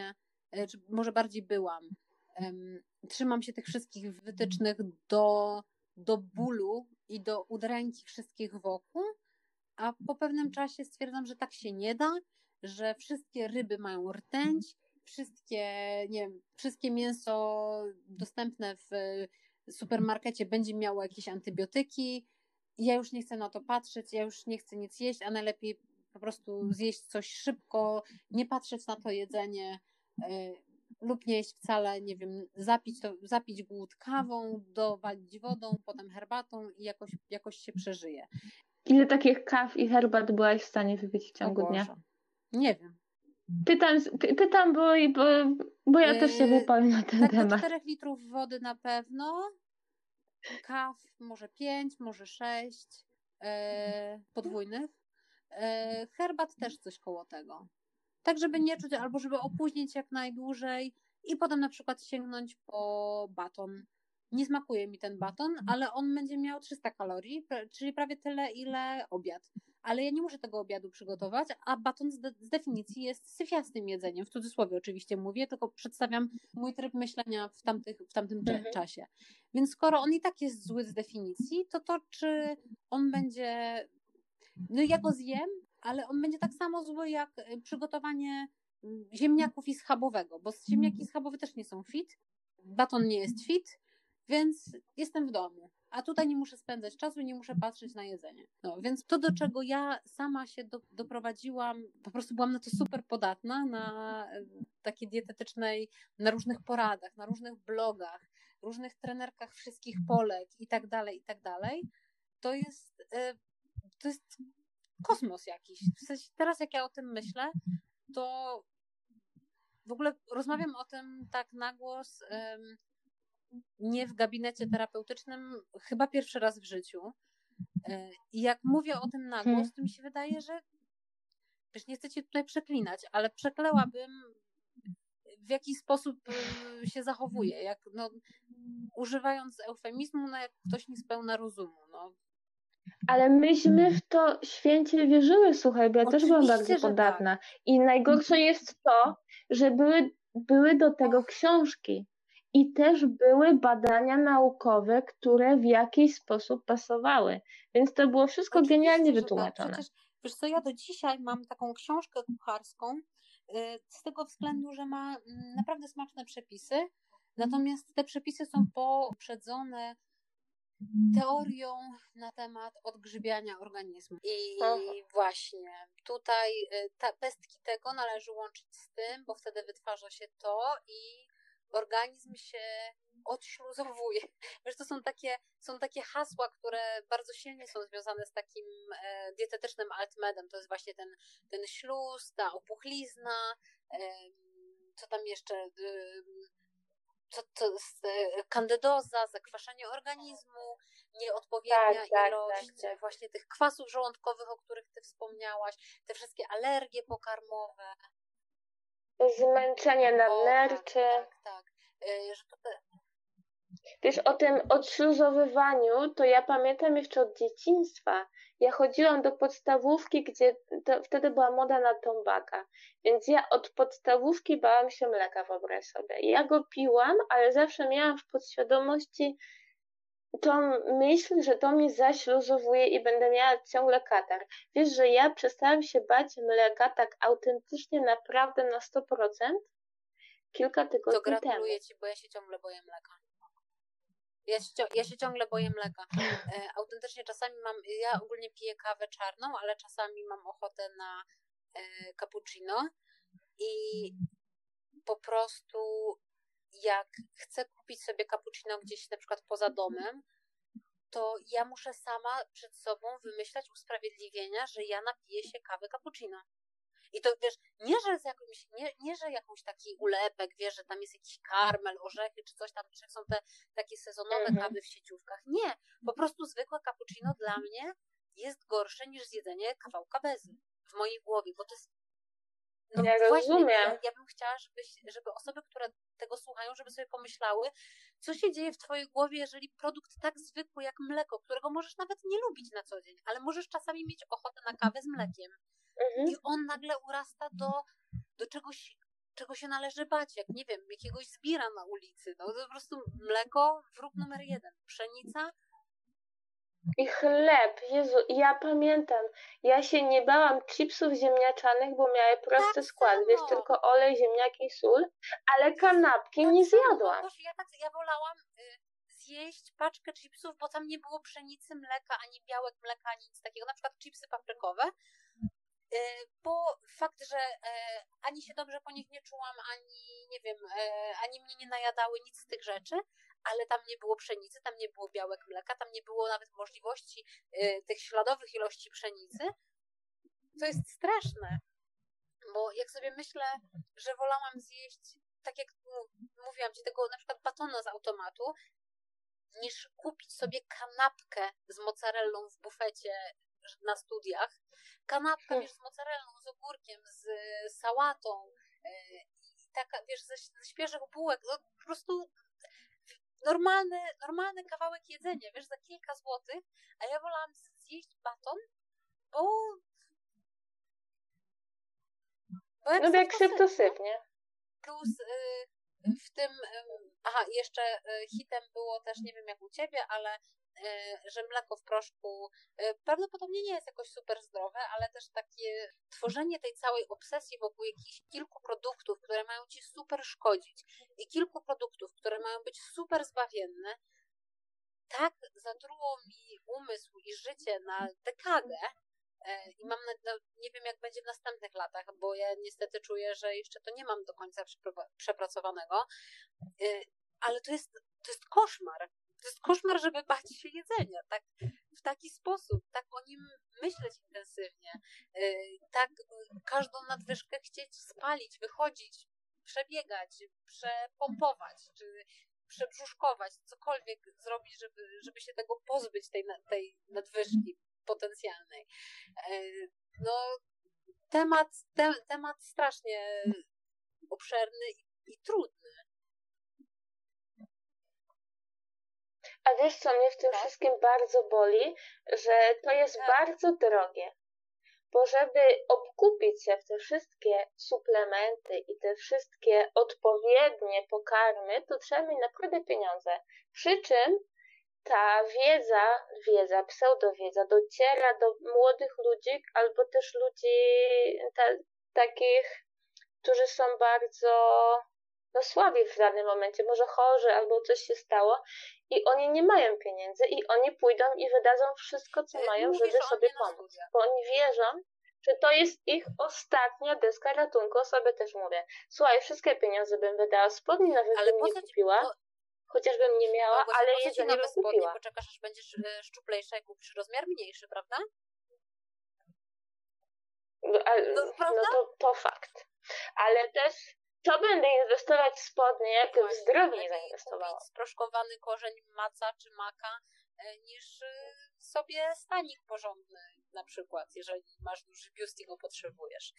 czy może bardziej byłam. Trzymam się tych wszystkich wytycznych do bólu i do udręki wszystkich wokół, a po pewnym czasie stwierdzam, że tak się nie da, że wszystkie ryby mają rtęć, wszystkie mięso dostępne w supermarkecie będzie miało jakieś antybiotyki. Ja już nie chcę na to patrzeć, ja już nie chcę nic jeść, a najlepiej po prostu zjeść coś szybko, nie patrzeć na to jedzenie lub nie jeść wcale, nie wiem, zapić głód kawą, dowalić wodą, potem herbatą i jakoś się przeżyje. Ile takich kaw i herbat byłaś w stanie wypić w ciągu dnia? Nie wiem. Pytam, bo ja też się wypowiem na ten temat. Do 4 litrów wody na pewno, kaw może 5, może 6 podwójnych, herbat też coś koło tego. Tak, żeby nie czuć, albo żeby opóźnić jak najdłużej i potem na przykład sięgnąć po baton. Nie smakuje mi ten baton, ale on będzie miał 300 kalorii, czyli prawie tyle, ile obiad. Ale ja nie muszę tego obiadu przygotować, a baton z definicji jest syfiastym jedzeniem. W cudzysłowie oczywiście mówię, tylko przedstawiam mój tryb myślenia w tamtym czasie. Więc skoro on i tak jest zły z definicji, to czy on będzie... No ja go zjem, ale on będzie tak samo zły jak przygotowanie ziemniaków i schabowego, bo ziemniaki i schabowe też nie są fit, baton nie jest fit, więc jestem w domu. A tutaj nie muszę spędzać czasu i nie muszę patrzeć na jedzenie. No, więc to, do czego ja sama się doprowadziłam, po prostu byłam na to super podatna, na takiej dietetycznej, na różnych poradach, na różnych blogach, różnych trenerkach wszystkich Polek i tak dalej, to jest kosmos jakiś. W sensie teraz jak ja o tym myślę, to w ogóle rozmawiam o tym tak na głos, nie w gabinecie terapeutycznym, chyba pierwszy raz w życiu. I jak mówię o tym na głos, to mi się wydaje, że wiesz, nie chcę cię tutaj przeklinać, ale przeklęłabym w jaki sposób się zachowuje, jak używając eufemizmu, jak ktoś niespełna rozumu. Ale myśmy w to święcie wierzyły, słuchaj, bo ja też byłam bardzo podatna. Tak. I najgorsze jest to, że były do tego książki. I też były badania naukowe, które w jakiś sposób pasowały. Więc to było wszystko oczywiście, genialnie wytłumaczone. Tak. Przecież, wiesz co, ja do dzisiaj mam taką książkę kucharską z tego względu, że ma naprawdę smaczne przepisy. Natomiast te przepisy są poprzedzone teorią na temat odgrzybiania organizmu. I właśnie tutaj pestki tego należy łączyć z tym, bo wtedy wytwarza się to i organizm się odśluzowuje. Wiesz, to są takie hasła, które bardzo silnie są związane z takim dietetycznym altmedem. To jest właśnie ten śluz, ta opuchlizna, co tam jeszcze... To jest kandydoza, zakwaszenie organizmu, nieodpowiednia ilość właśnie tych kwasów żołądkowych, o których ty wspomniałaś, te wszystkie alergie pokarmowe. Zmęczenie nadnerczy. Tak. Wiesz, o tym odśluzowywaniu, to ja pamiętam jeszcze od dzieciństwa. Ja chodziłam do podstawówki, gdzie wtedy była moda na tombaka, więc ja od podstawówki bałam się mleka, wyobraź sobie. Ja go piłam, ale zawsze miałam w podświadomości tą myśl, że to mi zaśluzowuje i będę miała ciągle katar. Wiesz, że ja przestałam się bać mleka tak autentycznie, naprawdę na 100% kilka tygodni temu. To gratuluję Ci, bo ja się ciągle boję mleka. Ja się ciągle boję mleka. Autentycznie czasami ja ogólnie piję kawę czarną, ale czasami mam ochotę na cappuccino i po prostu jak chcę kupić sobie cappuccino gdzieś na przykład poza domem, to ja muszę sama przed sobą wymyślać usprawiedliwienia, że ja napiję się kawy cappuccino. I to wiesz, nie, że jakąś taki ulepek, wiesz, że tam jest jakiś karmel, orzechy czy coś tam, czy są te takie sezonowe kawy w sieciówkach. Nie, po prostu zwykłe cappuccino dla mnie jest gorsze niż zjedzenie kawałka bezy w mojej głowie, bo to jest ja rozumiem. Ja bym chciała, żeby osoby, które tego słuchają, żeby sobie pomyślały, co się dzieje w twojej głowie, jeżeli produkt tak zwykły jak mleko, którego możesz nawet nie lubić na co dzień, ale możesz czasami mieć ochotę na kawę z mlekiem. I on nagle urasta do czegoś czego się należy bać, jak nie wiem, jakiegoś zbira na ulicy. No to po prostu mleko, wróg numer 1. Pszenica. I chleb, Jezu, ja pamiętam, ja się nie bałam chipsów ziemniaczanych, bo miały prosty skład, wiesz, tylko olej, ziemniaki i sól, ale kanapki nie zjadłam. Boże, ja wolałam zjeść paczkę chipsów, bo tam nie było pszenicy, mleka, ani białek mleka, ani nic takiego, na przykład chipsy paprykowe, bo fakt, że ani się dobrze po nich nie czułam, ani nie wiem, ani mnie nie najadały, nic z tych rzeczy, ale tam nie było pszenicy, tam nie było białek mleka, tam nie było nawet możliwości tych śladowych ilości pszenicy. To jest straszne, bo jak sobie myślę, że wolałam zjeść, tak jak mówiłam ci, tego na przykład batona z automatu, niż kupić sobie kanapkę z mozzarellą w bufecie na studiach. Kanapka, wiesz, z mozzarellą, z ogórkiem, z sałatą i taka, wiesz, ze świeżych bułek, no, po prostu normalny kawałek jedzenia, wiesz, za kilka złotych, a ja wolałam zjeść baton, bo no jak syp, to syp, nie? Plus w tym, jeszcze hitem było też, nie wiem jak u ciebie, ale że mleko w proszku prawdopodobnie nie jest jakoś super zdrowe, ale też takie tworzenie tej całej obsesji wokół jakichś kilku produktów, które mają ci super szkodzić i kilku produktów, które mają być super zbawienne, tak zatruło mi umysł i życie na dekadę. I nie wiem jak będzie w następnych latach, bo ja niestety czuję, że jeszcze to nie mam do końca przepracowanego, ale to jest koszmar. To jest koszmar, żeby bać się jedzenia, tak, w taki sposób, tak o nim myśleć intensywnie, tak każdą nadwyżkę chcieć spalić, wychodzić, przebiegać, przepompować, czy przebrzuszkować, cokolwiek zrobić, żeby się tego pozbyć, tej nadwyżki potencjalnej. No, temat strasznie obszerny i trudny. A wiesz co mnie w tym wszystkim bardzo boli? Że to jest bardzo drogie. Bo żeby obkupić się w te wszystkie suplementy i te wszystkie odpowiednie pokarmy, to trzeba mieć naprawdę pieniądze. Przy czym ta wiedza, pseudowiedza dociera do młodych ludzi albo też ludzi takich, którzy są bardzo słabi w danym momencie, może chorzy albo coś się stało i oni nie mają pieniędzy i oni pójdą i wydadzą wszystko, co mają, żeby sobie pomóc. Bo oni wierzą, że to jest ich ostatnia deska ratunku. O sobie też mówię. Słuchaj, wszystkie pieniądze bym wydała, spodni nawet bym nie kupiła, chociażbym nie miała, ale jedzenie bym kupiła. Poczekasz, aż będziesz szczuplejsza i kupisz rozmiar mniejszy, prawda? No to fakt. Ale też co będę inwestować w spodnie, jak w zdrowie nie zainwestowała? Kupić sproszkowany korzeń maca czy maka, niż sobie stanik porządny na przykład, jeżeli masz duży biust i go potrzebujesz.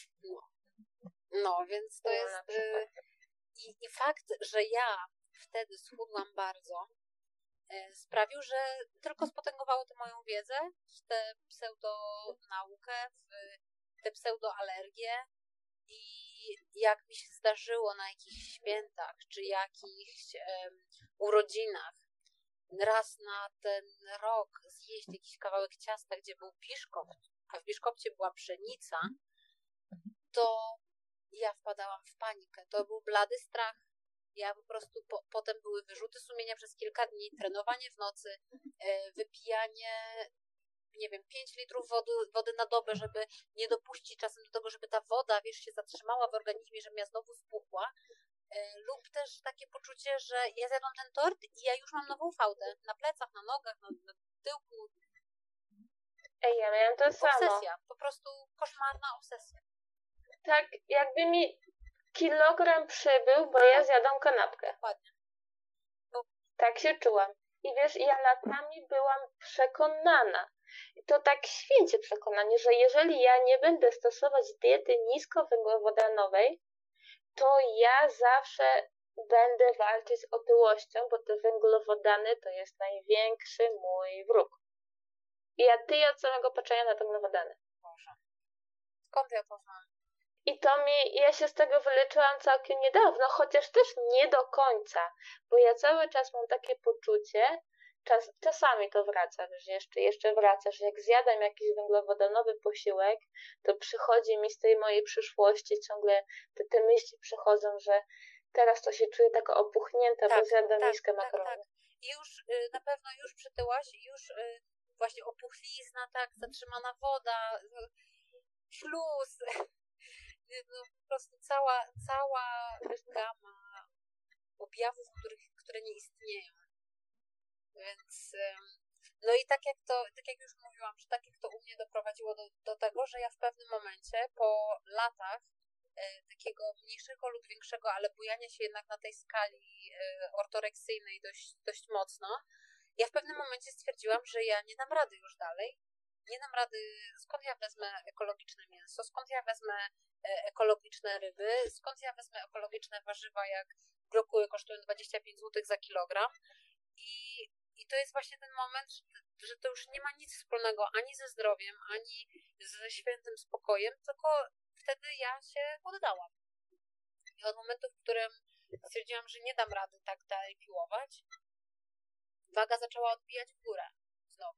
No więc to jest... I fakt, że ja wtedy schudłam bardzo, sprawił, że tylko spotęgowało to moją wiedzę, w tę pseudonaukę, w tę pseudoalergię i jak mi się zdarzyło na jakichś świętach, czy jakichś urodzinach, raz na ten rok zjeść jakiś kawałek ciasta, gdzie był biszkopt, a w biszkopcie była pszenica, to ja wpadałam w panikę. To był blady strach. Ja po prostu potem były wyrzuty sumienia przez kilka dni, trenowanie w nocy, wypijanie, nie wiem, 5 litrów wody na dobę, żeby nie dopuścić czasem do tego, żeby ta woda, wiesz, się zatrzymała w organizmie, żebym ja znowu spuchła. Lub też takie poczucie, że ja zjadłam ten tort i ja już mam nową fałdę. Na plecach, na nogach, na tyłku. Ej, ja miałam to samo. Obsesja, po prostu koszmarna obsesja. Tak, jakby mi kilogram przybył, bo ja zjadłam kanapkę. Dokładnie. Tak się czułam. I wiesz, ja latami byłam przekonana, to tak święcie przekonanie, że jeżeli ja nie będę stosować diety niskowęglowodanowej, to ja zawsze będę walczyć z otyłością, bo te węglowodany to jest największy mój wróg. I ja tyję od samego patrzenia na te węglowodany. Boże. Skąd ja to znam? I ja się z tego wyleczyłam całkiem niedawno, chociaż też nie do końca, bo ja cały czas mam takie poczucie, czasami to wraca, że jeszcze wraca, że jak zjadam jakiś węglowodanowy posiłek, to przychodzi mi z tej mojej przyszłości ciągle te myśli przychodzą, że teraz to się czuję taka opuchnięta, bo zjadam miskę makaronów. Tak. I już na pewno już przytyłaś, już właśnie opuchlizna, tak, zatrzymana woda, śluz, no, po prostu cała gama objawów, które nie istnieją. Więc no i tak jak już mówiłam, że tak jak to u mnie doprowadziło do tego, że ja w pewnym momencie po latach takiego mniejszego lub większego, ale bujania się jednak na tej skali ortoreksyjnej dość mocno, ja w pewnym momencie stwierdziłam, że ja nie dam rady już dalej. Nie dam rady, skąd ja wezmę ekologiczne mięso, skąd ja wezmę ekologiczne ryby, skąd ja wezmę ekologiczne warzywa, jak brokuły kosztują 25 zł za kilogram. I to jest właśnie ten moment, że to już nie ma nic wspólnego ani ze zdrowiem, ani ze świętym spokojem, tylko wtedy ja się poddałam. I od momentu, w którym stwierdziłam, że nie dam rady tak dalej piłować, waga zaczęła odbijać w górę znowu.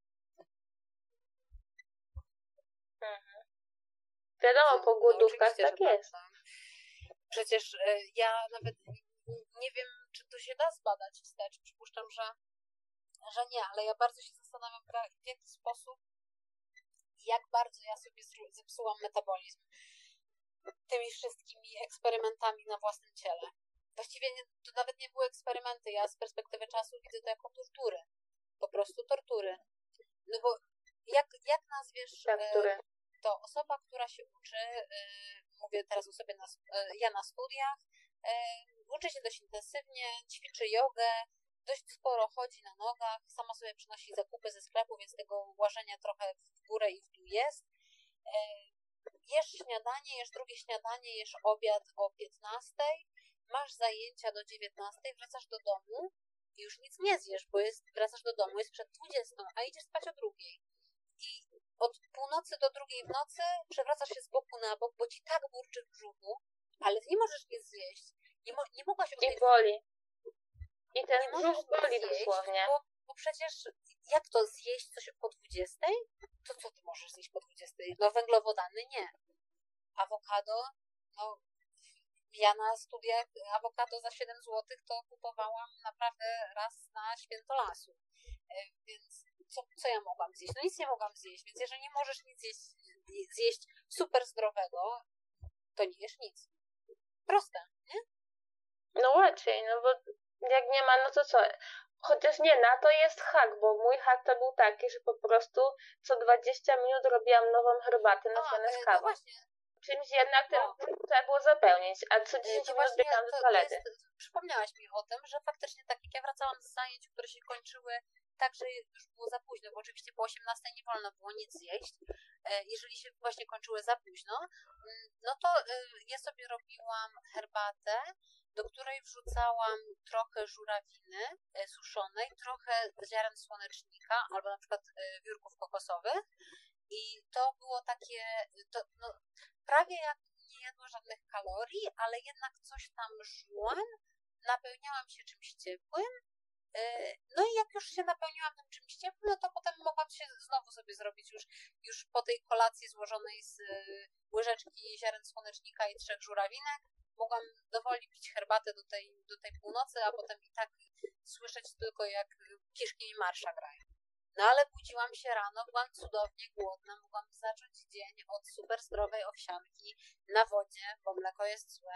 Wiadomo, po głodówkach tak jest. Przecież ja nawet nie wiem, czy to się da zbadać wstecz. Przypuszczam, że nie, ale ja bardzo się zastanawiam, w jaki sposób i jak bardzo ja sobie zepsułam metabolizm tymi wszystkimi eksperymentami na własnym ciele. Właściwie to nawet nie były eksperymenty. Ja z perspektywy czasu widzę to jako tortury. Po prostu tortury. No bo jak nazwiesz to osoba, która się uczy, mówię teraz o sobie, ja na studiach, uczy się dość intensywnie, ćwiczy jogę, dość sporo chodzi na nogach, sama sobie przynosi zakupy ze sklepu, więc tego łażenia trochę w górę i w dół jest. Jesz śniadanie, jesz drugie śniadanie, jesz obiad o 15, masz zajęcia do 19, wracasz do domu i już nic nie zjesz, bo wracasz do domu, jest przed 20, a idziesz spać o 2. I od północy do 2 w nocy przewracasz się z boku na bok, bo ci tak burczy w brzuchu, ale ty nie możesz nic zjeść. Nie mogłaś o tej... I boli. I ten brzuch boli dosłownie. Bo przecież jak to zjeść coś po 20? To co ty możesz zjeść po 20? No węglowodany nie. Awokado, no ja na studiach awokado za 7 zł to kupowałam naprawdę raz na święto lasu. Więc co ja mogłam zjeść? No nic nie mogłam zjeść, więc jeżeli nie możesz nic zjeść super zdrowego, to nie jesz nic. Proste, nie? No łatwiej, no bo jak nie ma, no to co? Chociaż nie, na to jest hak, bo mój hak to był taki, że po prostu co 20 minut robiłam nową herbatę na zmianę z kawą. No właśnie. Czymś jednak ten trzeba było zapełnić, a co 10 minut biegałam do toalety. Przypomniałaś mi o tym, że faktycznie tak jak ja wracałam z zajęć, które się kończyły tak, że już było za późno, bo oczywiście po 18 nie wolno było nic zjeść. Jeżeli się właśnie kończyły za późno, no to ja sobie robiłam herbatę, do której wrzucałam trochę żurawiny suszonej, trochę ziaren słonecznika albo na przykład wiórków kokosowych i to było takie, prawie jak nie jadła żadnych kalorii, ale jednak coś tam żułam, napełniałam się czymś ciepłym. No i jak już się napełniłam tym czymś ciepłym, no to potem mogłam się znowu sobie zrobić już po tej kolacji złożonej z łyżeczki ziaren słonecznika i 3 żurawinek, mogłam dowoli pić herbatę do tej północy, a potem i tak słyszeć tylko jak kiszki i marsza grają. No ale budziłam się rano, byłam cudownie głodna, mogłam zacząć dzień od super zdrowej owsianki na wodzie, bo mleko jest złe.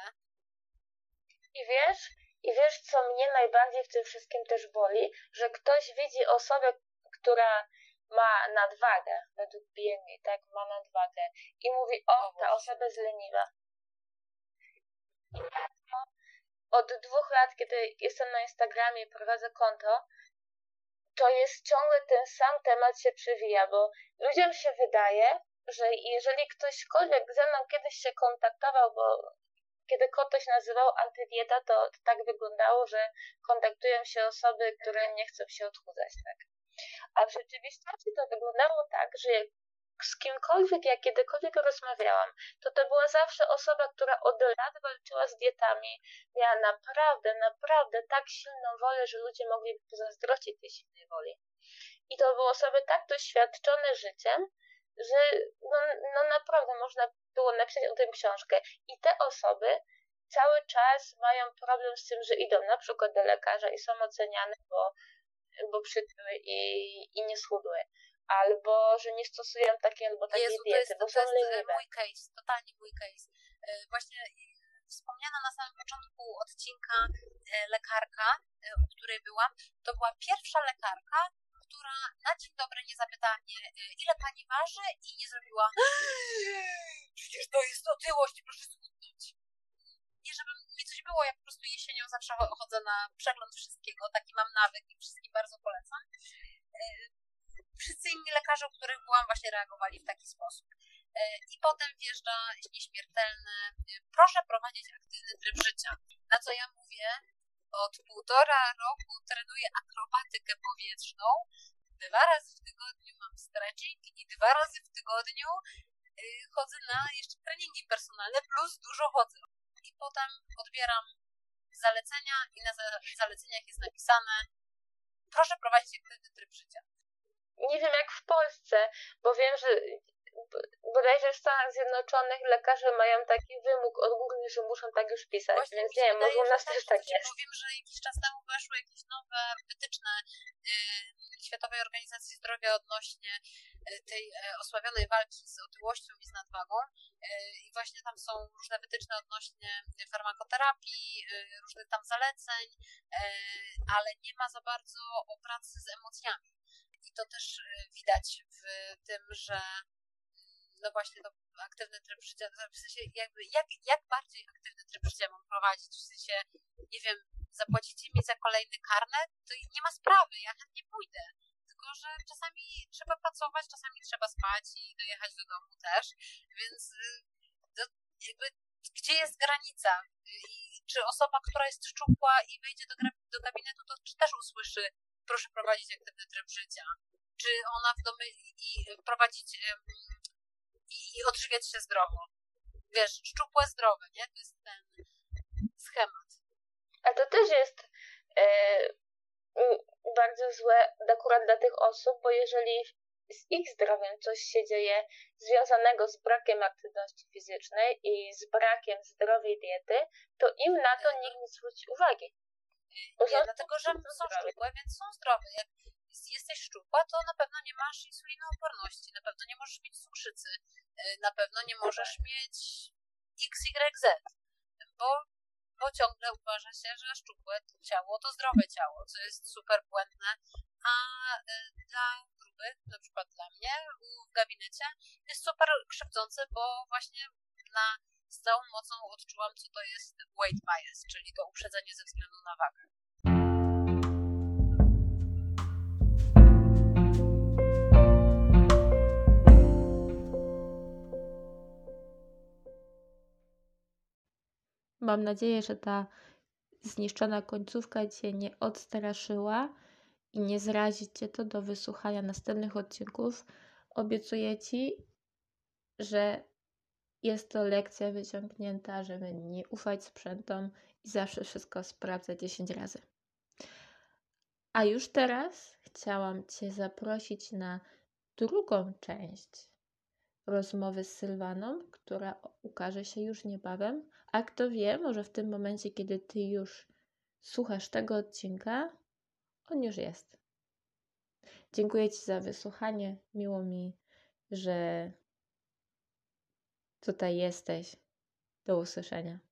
I wiesz, co mnie najbardziej w tym wszystkim też boli? Że ktoś widzi osobę, która ma nadwagę, według BMI, tak, ma nadwagę i mówi, o, ta osoba jest leniwa. Od 2 lat, kiedy jestem na Instagramie i prowadzę konto, to jest ciągle ten sam temat się przewija, bo ludziom się wydaje, że jeżeli ktośkolwiek ze mną kiedyś się kontaktował, bo kiedy ktoś nazywał antydieta, to tak wyglądało, że kontaktują się osoby, które nie chcą się odchudzać, tak. A w rzeczywistości to wyglądało tak, że jak z kimkolwiek ja kiedykolwiek rozmawiałam, to była zawsze osoba, która od lat walczyła z dietami, miała naprawdę tak silną wolę, że ludzie mogliby pozazdrościć tej silnej woli. I to były osoby tak doświadczone życiem, że no naprawdę można było napisać o tym książkę. I te osoby cały czas mają problem z tym, że idą na przykład do lekarza i są oceniane, bo przytyły i nie schudły. Albo, że nie stosują takiej albo takiej diety, bo są leniwe. To jest mój case, totalnie mój case. Właśnie wspomniana na samym początku odcinka lekarka, u której byłam, to była pierwsza lekarka, która na dzień dobry nie zapytała mnie, ile pani waży i nie zrobiła przecież to jest otyłość, proszę schudnąć. Nie żeby mi coś było, ja po prostu jesienią zawsze chodzę na przegląd wszystkiego, taki mam nawyk i wszystkim bardzo polecam. Wszyscy inni lekarze, u których byłam, właśnie reagowali w taki sposób. I potem wjeżdża nieśmiertelne, proszę prowadzić aktywny tryb życia. Na co ja mówię, od 1,5 roku trenuję akrobatykę powietrzną, 2 razy w tygodniu mam stretching i 2 razy w tygodniu chodzę na jeszcze treningi personalne, plus dużo chodzę. I potem odbieram zalecenia i na zaleceniach jest napisane, proszę prowadzić aktywny tryb życia. Nie wiem jak w Polsce, bo wiem, że bodajże w Stanach Zjednoczonych lekarze mają taki wymóg odgórny, że muszą tak już pisać, Właśnie więc nie wiem, może u nas też tak jest. Bo wiem, że jakiś czas temu weszły jakieś nowe wytyczne Światowej Organizacji Zdrowia odnośnie tej osławionej walki z otyłością i z nadwagą i właśnie tam są różne wytyczne odnośnie farmakoterapii, różnych tam zaleceń, ale nie ma za bardzo o pracy z emocjami. I to też widać w tym, że no właśnie to aktywny tryb życia, w sensie jakby jak bardziej aktywny tryb życia mam prowadzić, w sensie, nie wiem, zapłacicie mi za kolejny karnet, to nie ma sprawy, ja chętnie pójdę, tylko że czasami trzeba pracować, czasami trzeba spać i dojechać do domu też, więc jakby gdzie jest granica i czy osoba, która jest szczupła i wejdzie do gabinetu, to czy też usłyszy, proszę prowadzić aktywny tryb życia, czy ona w domu i prowadzić i odżywiać się zdrowo. Wiesz, szczupłe, zdrowe, nie? To jest ten schemat. A to też jest bardzo złe akurat dla tych osób, bo jeżeli z ich zdrowiem coś się dzieje związanego z brakiem aktywności fizycznej i z brakiem zdrowej diety, to im na to nikt nie zwróci uwagi. Nie, dlatego, że są szczupłe, więc są zdrowe. Jak jesteś szczupła, to na pewno nie masz insulinooporności, na pewno nie możesz mieć cukrzycy, na pewno nie możesz mieć XYZ, bo ciągle uważa się, że szczupłe ciało to zdrowe ciało, co jest super błędne, a dla grubych, na przykład dla mnie w gabinecie, jest super krzywdzące, bo właśnie z całą mocą odczułam, co to jest weight bias, czyli to uprzedzenie ze względu na wagę. Mam nadzieję, że ta zniszczona końcówka Cię nie odstraszyła i nie zrazi Cię to do wysłuchania następnych odcinków. Obiecuję Ci, że jest to lekcja wyciągnięta, żeby nie ufać sprzętom i zawsze wszystko sprawdzać 10 razy. A już teraz chciałam Cię zaprosić na drugą część rozmowy z Sylwaną, która ukaże się już niebawem. A kto wie, może w tym momencie, kiedy Ty już słuchasz tego odcinka, on już jest. Dziękuję Ci za wysłuchanie. Miło mi, że tutaj jesteś. Do usłyszenia.